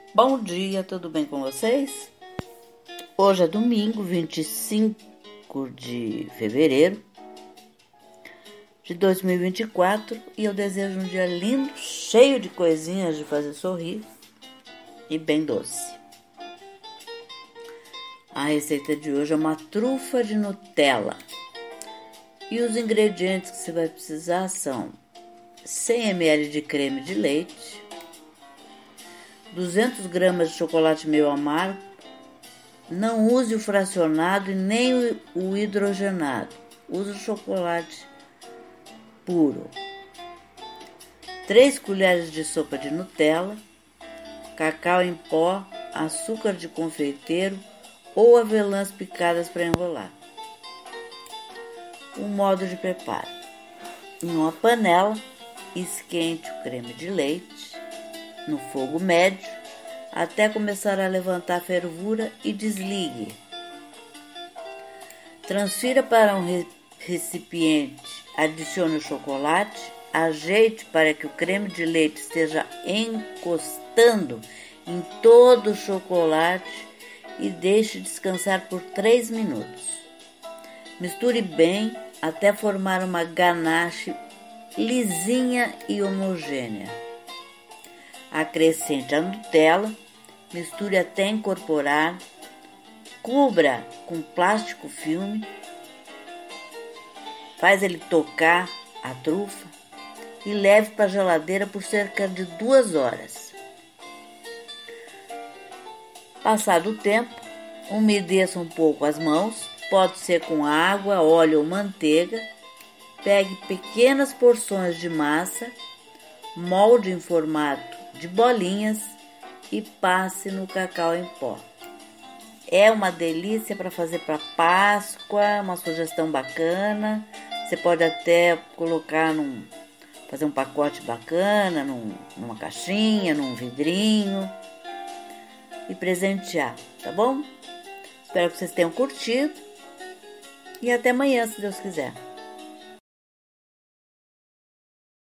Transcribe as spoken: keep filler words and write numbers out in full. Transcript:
Bom dia, tudo bem com vocês? Hoje é domingo, vinte e cinco de fevereiro de dois mil e vinte e quatro e eu desejo um dia lindo, cheio de coisinhas de fazer sorrir e bem doce. A receita de hoje é uma trufa de Nutella e os ingredientes que você vai precisar são cem mililitros de creme de leite, duzentas gramas de chocolate meio amargo. Não use o fracionado e nem o hidrogenado. Use o chocolate puro. três colheres de sopa de Nutella, cacau em pó, açúcar de confeiteiro ou avelãs picadas para enrolar. O modo de preparo. Em uma panela, esquente o creme de leite no fogo médio até começar a levantar a fervura e desligue. Transfira para um recipiente, adicione o chocolate, ajeite para que o creme de leite esteja encostando em todo o chocolate e deixe descansar por três minutos. Misture bem até formar uma ganache lisinha e homogênea. Acrescente a Nutella, misture até incorporar, cubra com plástico filme, faz ele tocar a trufa e leve para a geladeira por cerca de duas horas. Passado o tempo, umedeça um pouco as mãos, pode ser com água, óleo ou manteiga, pegue pequenas porções de massa, molde em formato de bolinhas e passe no cacau em pó. É uma delícia para fazer para Páscoa, uma sugestão bacana. Você pode até colocar num, fazer um pacote bacana, num, numa caixinha, num vidrinho e presentear, tá bom? Espero que vocês tenham curtido e até amanhã, se Deus quiser.